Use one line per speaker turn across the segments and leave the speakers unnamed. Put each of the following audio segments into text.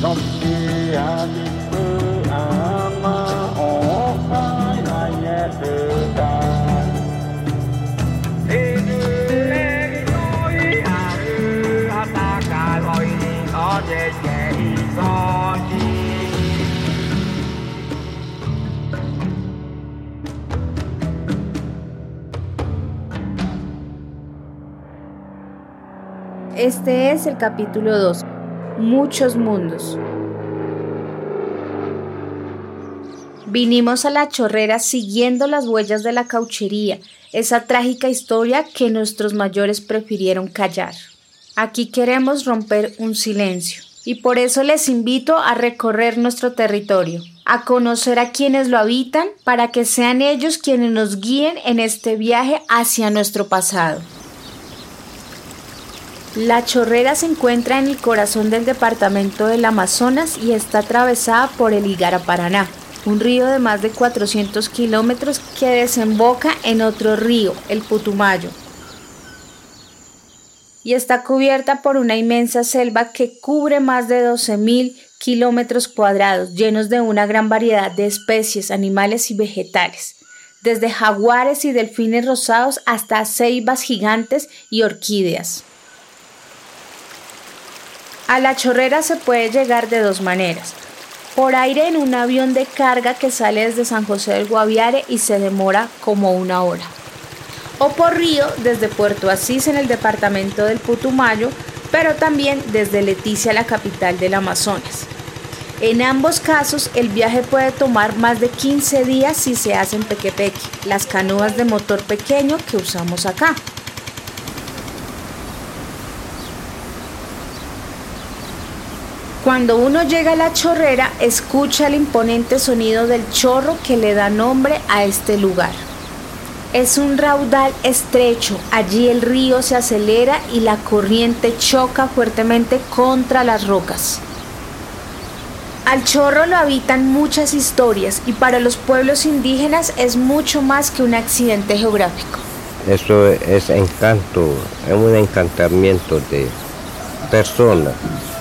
Este es el capítulo 2, Muchos mundos. Vinimos a La Chorrera siguiendo las huellas de la cauchería, esa trágica historia que nuestros mayores prefirieron callar. Aquí queremos romper un silencio y por eso les invito a recorrer nuestro territorio, a conocer a quienes lo habitan para que sean ellos quienes nos guíen en este viaje hacia nuestro pasado. La Chorrera se encuentra en el corazón del departamento del Amazonas y está atravesada por el Igaraparaná, un río de más de 400 kilómetros que desemboca en otro río, el Putumayo. Y está cubierta por una inmensa selva que cubre más de 12.000 kilómetros cuadrados, llenos de una gran variedad de especies, animales y vegetales, desde jaguares y delfines rosados hasta ceibas gigantes y orquídeas. A La Chorrera se puede llegar de dos maneras: por aire en un avión de carga que sale desde San José del Guaviare y se demora como 1 hora, o por río desde Puerto Asís en el departamento del Putumayo, pero también desde Leticia, la capital del Amazonas. En ambos casos el viaje puede tomar más de 15 días si se hace en pequepeque, las canoas de motor pequeño que usamos acá. Cuando uno llega a La Chorrera, escucha el imponente sonido del chorro que le da nombre a este lugar. Es un raudal estrecho, allí el río se acelera y la corriente choca fuertemente contra las rocas. Al chorro lo habitan muchas historias y para los pueblos indígenas es mucho más que un accidente geográfico.
Eso es encanto, es un encantamiento de personas.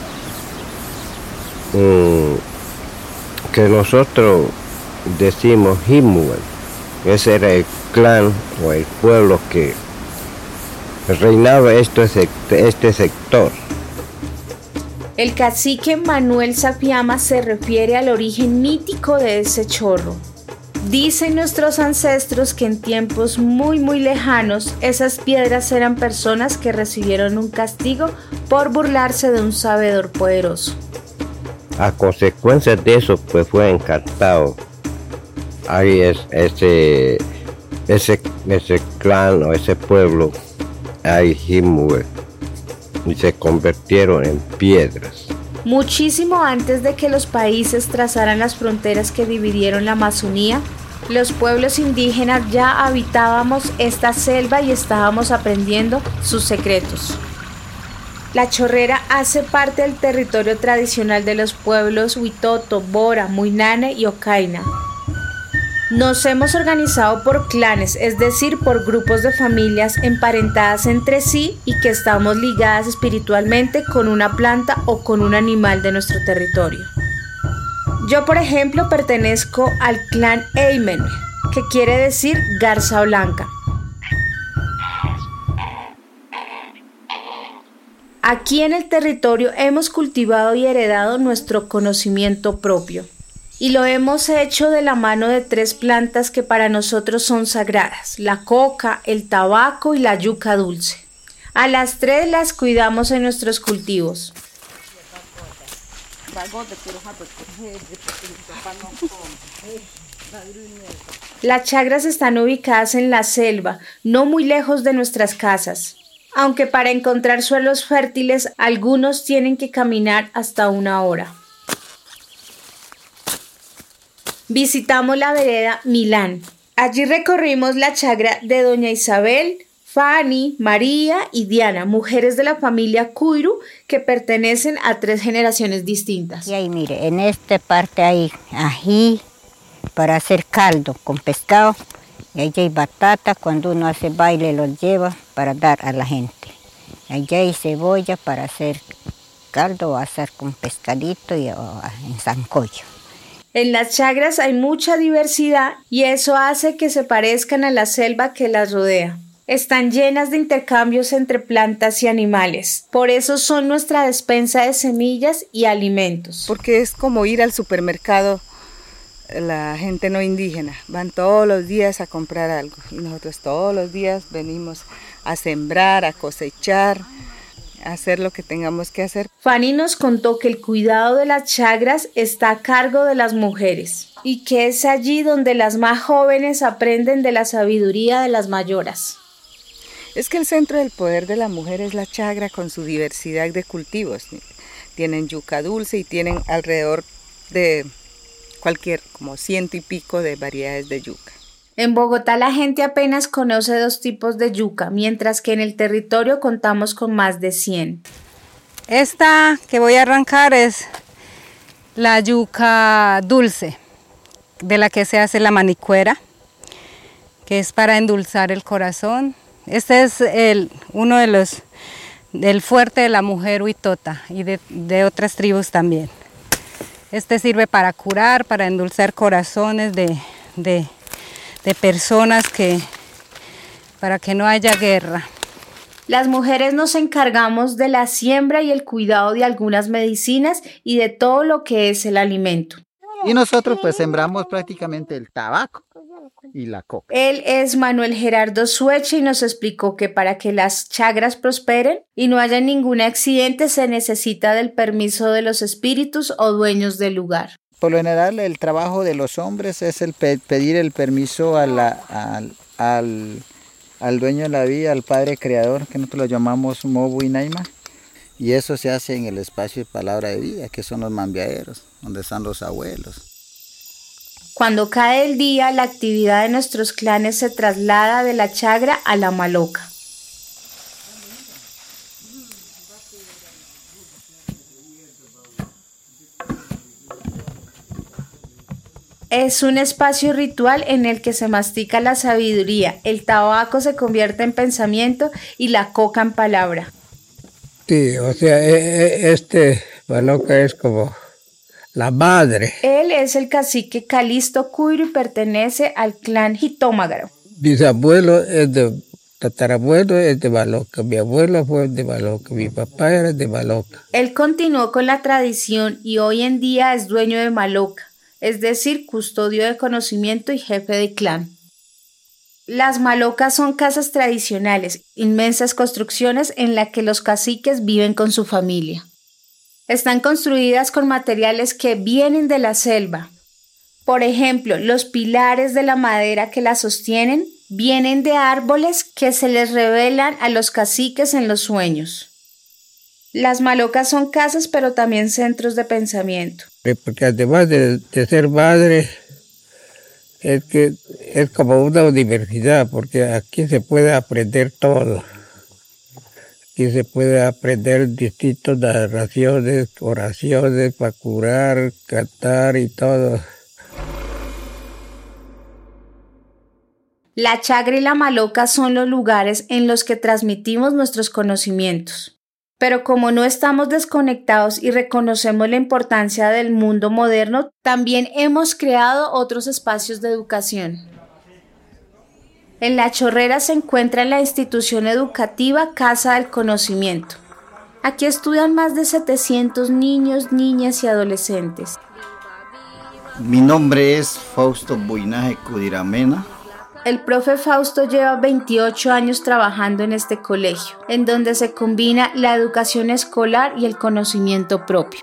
Que nosotros decimos Himuel, ese era el clan o el pueblo que reinaba este sector.
El cacique Manuel Sapiama se refiere al origen mítico de ese chorro. Dicen nuestros ancestros que en tiempos muy lejanos esas piedras eran personas que recibieron un castigo por burlarse de un sabedor poderoso.
A consecuencia de eso, pues fue encantado. Ahí es ese clan o ese pueblo, ahí Himuel, y se convirtieron en piedras.
Muchísimo antes de que los países trazaran las fronteras que dividieron la Amazonía, los pueblos indígenas ya habitábamos esta selva y estábamos aprendiendo sus secretos. La Chorrera hace parte del territorio tradicional de los pueblos Huitoto, Bora, Muinane y Ocaina. Nos hemos organizado por clanes, es decir, por grupos de familias emparentadas entre sí y que estamos ligadas espiritualmente con una planta o con un animal de nuestro territorio. Yo, por ejemplo, pertenezco al clan Eimen, que quiere decir garza blanca. Aquí en el territorio hemos cultivado y heredado nuestro conocimiento propio. Y lo hemos hecho de la mano de 3 plantas que para nosotros son sagradas: la coca, el tabaco y la yuca dulce. A las 3 las cuidamos en nuestros cultivos. Las chagras están ubicadas en la selva, no muy lejos de nuestras casas. Aunque para encontrar suelos fértiles, algunos tienen que caminar hasta 1 hora. Visitamos la vereda Milán. Allí recorrimos la chagra de Doña Isabel, Fanny, María y Diana, mujeres de la familia Cuiru que pertenecen a 3 generaciones distintas.
Y ahí mire, en esta parte hay ají para hacer caldo con pescado. Y allá hay batata, cuando uno hace baile los lleva para dar a la gente. Allá hay cebolla para hacer caldo o hacer con pescadito o en sancocho.
En las chagras hay mucha diversidad y eso hace que se parezcan a la selva que las rodea. Están llenas de intercambios entre plantas y animales. Por eso son nuestra despensa de semillas y alimentos.
Porque es como ir al supermercado, la gente no indígena. Van todos los días a comprar algo. Y nosotros todos los días venimos a sembrar, a cosechar, a hacer lo que tengamos que hacer.
Fanny nos contó que el cuidado de las chagras está a cargo de las mujeres y que es allí donde las más jóvenes aprenden de la sabiduría de las mayoras.
Es que el centro del poder de la mujer es la chagra con su diversidad de cultivos. Tienen yuca dulce y tienen alrededor de como 100 y pico de variedades de yuca.
En Bogotá la gente apenas conoce 2 tipos de yuca, mientras que en el territorio contamos con más de 100.
Esta que voy a arrancar es la yuca dulce, de la que se hace la manicuera, que es para endulzar el corazón. Este es uno del fuerte de la mujer huitota y de otras tribus también. Este sirve para curar, para endulzar corazones de personas para que no haya guerra.
Las mujeres nos encargamos de la siembra y el cuidado de algunas medicinas y de todo lo que es el alimento.
Y nosotros pues sembramos prácticamente el tabaco y la coca.
Él es Manuel Gerardo Sueche y nos explicó que para que las chagras prosperen y no haya ningún accidente se necesita del permiso de los espíritus o dueños del lugar.
Por lo general el trabajo de los hombres es el pedir el permiso al dueño de la villa, al padre creador, que nosotros lo llamamos Mobu y Naima. Y eso se hace en el espacio de palabra de vida, que son los mambiaderos, donde están los abuelos.
Cuando cae el día, la actividad de nuestros clanes se traslada de la chagra a la maloca. Es un espacio ritual en el que se mastica la sabiduría, el tabaco se convierte en pensamiento y la coca en palabra.
Sí, o sea, maloca es como la madre.
Él es el cacique Calisto Cuiro y pertenece al clan Jitómagaro.
Mis abuelos tatarabuelo es de Maloca, mi abuelo fue de Maloca, mi papá era de Maloca.
Él continuó con la tradición y hoy en día es dueño de Maloca, es decir, custodio de conocimiento y jefe de clan. Las malocas son casas tradicionales, inmensas construcciones en las que los caciques viven con su familia. Están construidas con materiales que vienen de la selva. Por ejemplo, los pilares de la madera que las sostienen vienen de árboles que se les revelan a los caciques en los sueños. Las malocas son casas, pero también centros de pensamiento.
Porque además de ser madre, es que es como una universidad, porque aquí se puede aprender todo. Aquí se puede aprender distintas narraciones, oraciones para curar, cantar y todo.
La chagra y la maloca son los lugares en los que transmitimos nuestros conocimientos. Pero como no estamos desconectados y reconocemos la importancia del mundo moderno, también hemos creado otros espacios de educación. En La Chorrera se encuentra la institución educativa Casa del Conocimiento. Aquí estudian más de 700 niños, niñas y adolescentes.
Mi nombre es Fausto Buinaje Cudiramena.
El profe Fausto lleva 28 años trabajando en este colegio, en donde se combina la educación escolar y el conocimiento propio.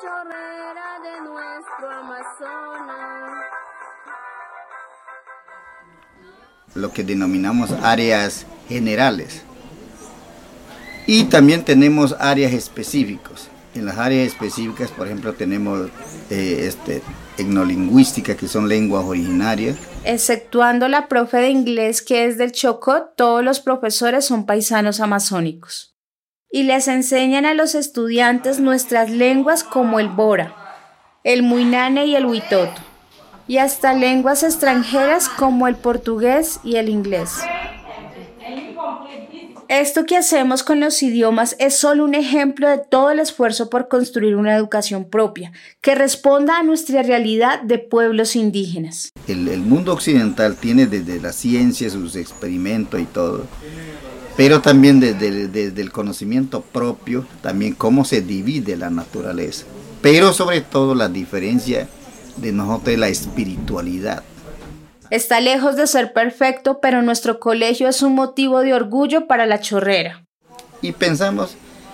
Lo que denominamos áreas generales. Y también tenemos áreas específicas. En las áreas específicas, por ejemplo, tenemos etnolingüística, que son lenguas originarias.
Exceptuando la profe de inglés que es del Chocó, todos los profesores son paisanos amazónicos. Y les enseñan a los estudiantes nuestras lenguas como el bora, el muinane y el huitoto, y hasta lenguas extranjeras como el portugués y el inglés. Esto que hacemos con los idiomas es solo un ejemplo de todo el esfuerzo por construir una educación propia, que responda a nuestra realidad de pueblos indígenas.
El mundo occidental tiene desde la ciencia, sus experimentos y todo, pero también desde el conocimiento propio, también cómo se divide la naturaleza, pero sobre todo la diferencia de nosotros de la espiritualidad.
Está lejos de ser perfecto, pero nuestro colegio es un motivo de orgullo para La Chorrera.
Y pensamos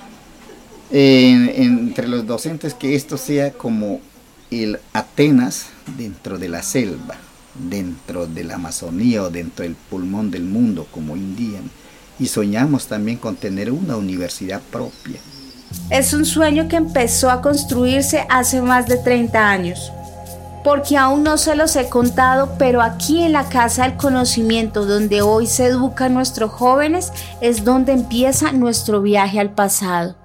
entre los docentes que esto sea como el Atenas dentro de la selva, dentro de la Amazonía o dentro del pulmón del mundo como indígena. Y soñamos también con tener una universidad propia.
Es un sueño que empezó a construirse hace más de 30 años. Porque aún no se los he contado, pero aquí en la Casa del Conocimiento, donde hoy se educan nuestros jóvenes, es donde empieza nuestro viaje al pasado.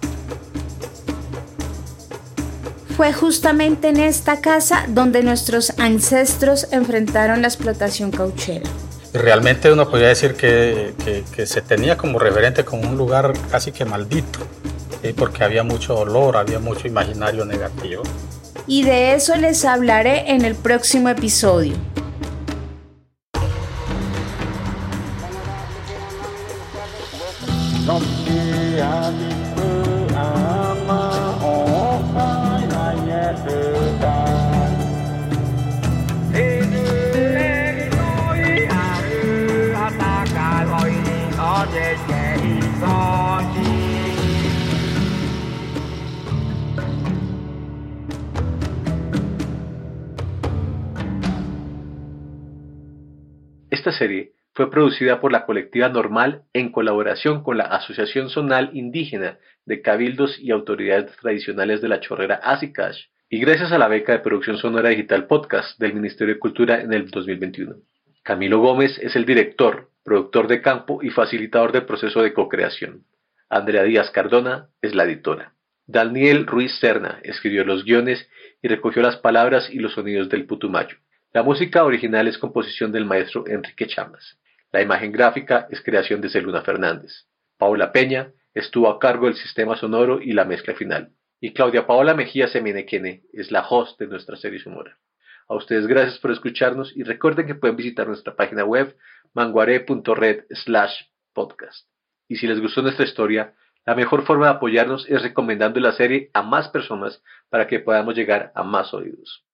Fue justamente en esta casa donde nuestros ancestros enfrentaron la explotación cauchera.
Realmente uno podría decir que se tenía como referente como un lugar casi que maldito, porque había mucho dolor, había mucho imaginario negativo.
Y de eso les hablaré en el próximo episodio.
Esta serie fue producida por la Colectiva Normal en colaboración con la Asociación Zonal Indígena de Cabildos y Autoridades Tradicionales de la Chorrera Asicash y gracias a la beca de producción sonora digital podcast del Ministerio de Cultura en el 2021. Camilo Gómez es el director, productor de campo y facilitador del proceso de co-creación. Andrea Díaz Cardona es la editora. Daniel Ruiz Serna escribió los guiones y recogió las palabras y los sonidos del Putumayo. La música original es composición del maestro Enrique Chamas. La imagen gráfica es creación de Zeluna Fernández. Paula Peña estuvo a cargo del sistema sonoro y la mezcla final. Y Claudia Paola Mejía Semenequene es la host de nuestra serie sonora. A ustedes gracias por escucharnos y recuerden que pueden visitar nuestra página web manguare.red/podcast. Y si les gustó nuestra historia, la mejor forma de apoyarnos es recomendando la serie a más personas para que podamos llegar a más oídos.